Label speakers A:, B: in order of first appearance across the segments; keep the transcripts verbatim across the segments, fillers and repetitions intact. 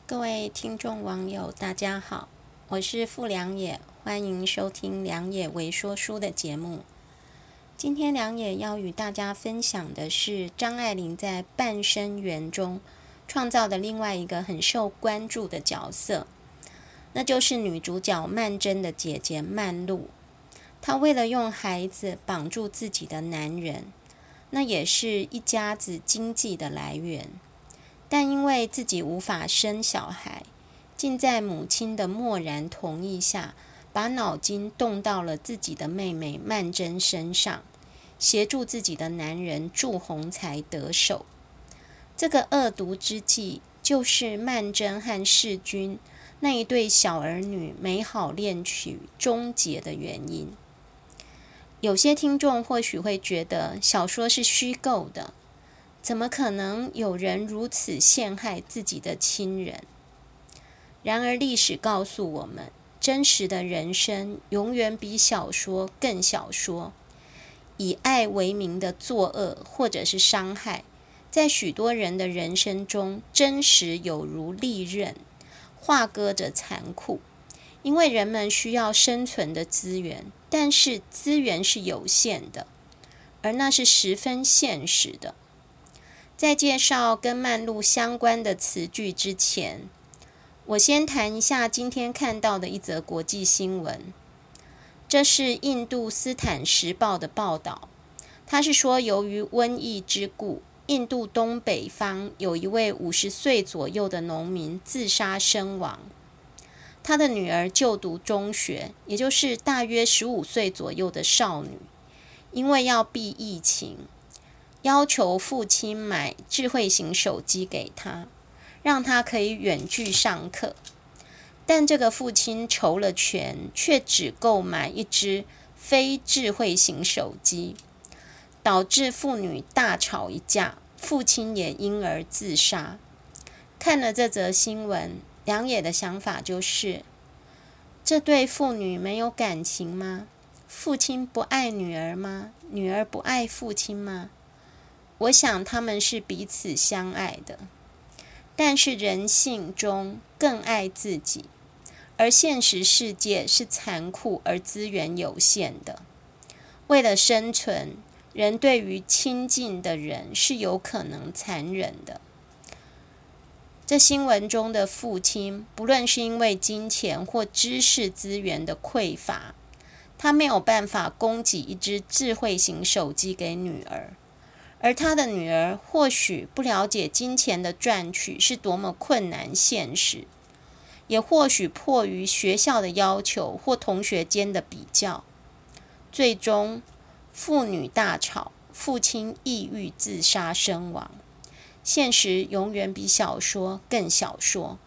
A: 各位听众网友大家好，我是傅良也，欢迎收听良也微说书的节目。今天良也要与大家分享的是张爱玲在《半生缘》中创造的另外一个很受关注的角色，那就是女主角曼桢的姐姐曼璐。她为了用孩子绑住自己的男人，那也是一家子经济的来源，但因为自己无法生小孩，竟在母亲的默然同意下，把脑筋动到了自己的妹妹曼桢身上，协助自己的男人祝鸿才得手。这个恶毒之计，就是曼桢和世钧那一对小儿女美好恋曲终结的原因。有些听众或许会觉得小说是虚构的，怎么可能有人如此陷害自己的亲人？然而历史告诉我们，真实的人生永远比小说更小说。以爱为名的作恶或者是伤害，在许多人的人生中真实有如利刃，划割着残酷。因为人们需要生存的资源，但是资源是有限的，而那是十分现实的。在介绍跟曼璐相关的词句之前，我先谈一下今天看到的一则国际新闻。这是印度斯坦时报的报道，它是说由于瘟疫之故，印度东北方有一位五十岁左右的农民自杀身亡。他的女儿就读中学，也就是大约十五岁左右的少女，因为要避疫情，要求父亲买智慧型手机给他，让他可以远距上课。但这个父亲筹了钱，却只购买一只非智慧型手机，导致父女大吵一架，父亲也因而自杀。看了这则新闻，良也的想法就是，这对父女没有感情吗？父亲不爱女儿吗？女儿不爱父亲吗？我想他们是彼此相爱的，但是人性中更爱自己，而现实世界是残酷而资源有限的。为了生存，人对于亲近的人是有可能残忍的。这新闻中的父亲，不论是因为金钱或知识资源的匮乏，他没有办法供给一只智慧型手机给女儿，而他的女儿或许不了解金钱的赚取是多么困难现实，也或许迫于学校的要求或同学间的比较，最终父女大吵，父亲抑郁自杀身亡。现实永远比小说更小说。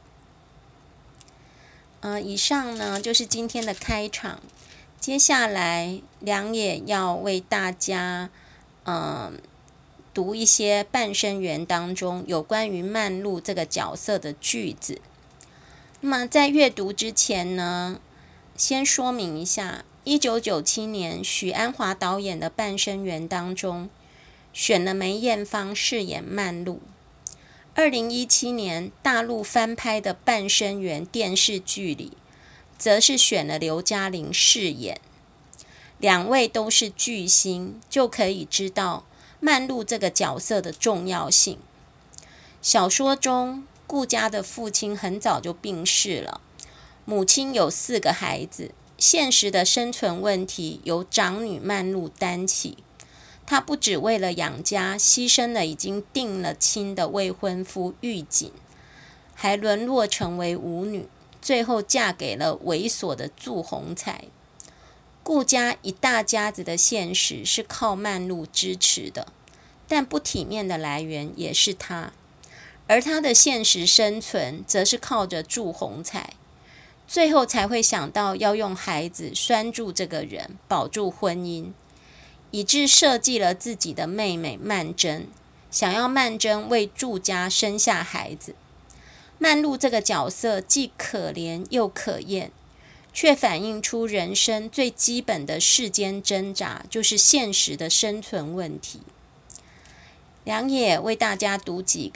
A: 呃，以上呢就是今天的开场。接下来良也要为大家呃读一些《半生缘》当中有关于曼璐这个角色的句子。那么在阅读之前呢，先说明一下，一九九七年许鞍华导演的《半生缘》当中，选了梅艳芳饰演曼璐。二零一七年大陆翻拍的《半生缘》电视剧里，则是选了刘嘉玲饰演。两位都是巨星，就可以知道曼璐这个角色的重要性。小说中，顾家的父亲很早就病逝了，母亲有四个孩子，现实的生存问题由长女曼璐担起。她不只为了养家牺牲了已经定了亲的未婚夫玉锦，还沦落成为舞女，最后嫁给了猥琐的祝鸿才。顾家一大家子的现实是靠曼璐支持的，但不体面的来源也是她，而她的现实生存则是靠着祝鸿才，最后才会想到要用孩子拴住这个人，保住婚姻，以致设计了自己的妹妹曼桢，想要曼桢为祝家生下孩子。曼璐这个角色既可怜又可厌，却反映出人生最基本的世间挣扎，就是现实的生存问题。良也为大家读几个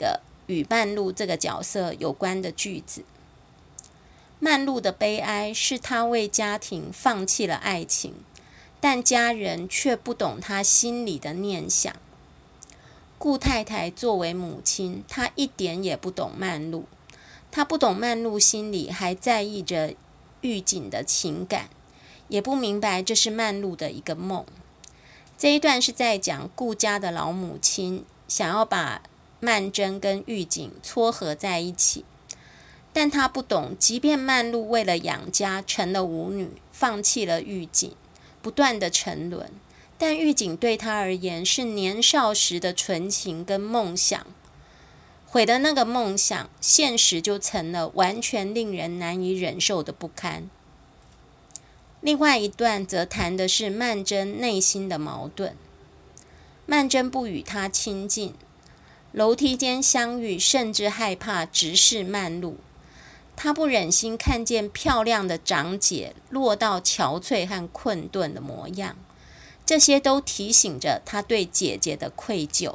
A: 与曼璐这个角色有关的句子。曼璐的悲哀是她为家庭放弃了爱情，但家人却不懂她心里的念想。顾太太作为母亲，她一点也不懂曼璐，她不懂曼璐心里还在意着玉锦的情感，也不明白这是曼璐的一个梦。这一段是在讲顾家的老母亲想要把曼桢跟玉锦撮合在一起，但她不懂，即便曼璐为了养家成了舞女，放弃了玉锦，不断的沉沦，但玉锦对她而言是年少时的纯情跟梦想，毁的那个梦想，现实就成了完全令人难以忍受的不堪。另外一段则谈的是曼桢内心的矛盾。曼桢不与他亲近，楼梯间相遇，甚至害怕直视曼璐。他不忍心看见漂亮的长姐落到憔悴和困顿的模样，这些都提醒着他对姐姐的愧疚。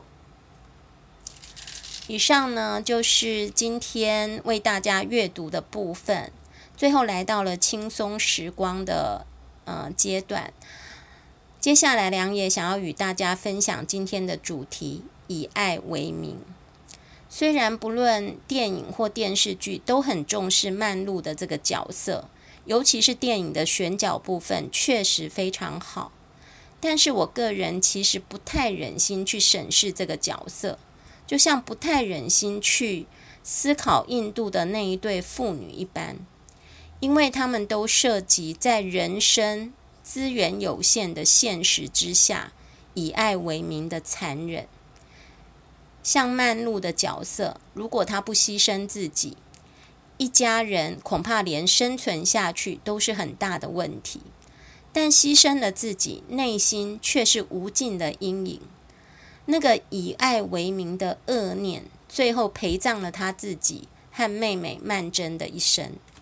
A: 以上呢，就是今天为大家阅读的部分。最后来到了轻松时光的呃阶段，接下来良也想要与大家分享今天的主题：以爱为名。虽然不论电影或电视剧都很重视曼璐的这个角色，尤其是电影的选角部分确实非常好，但是我个人其实不太忍心去审视这个角色，就像不太忍心去思考印度的那一对父女一般，因为他们都涉及在人生资源有限的现实之下，以爱为名的残忍。像曼璐的角色，如果他不牺牲自己，一家人恐怕连生存下去都是很大的问题，但牺牲了自己，内心却是无尽的阴影。那个以爱为名的恶念，最后陪葬了他自己和妹妹曼桢的一生。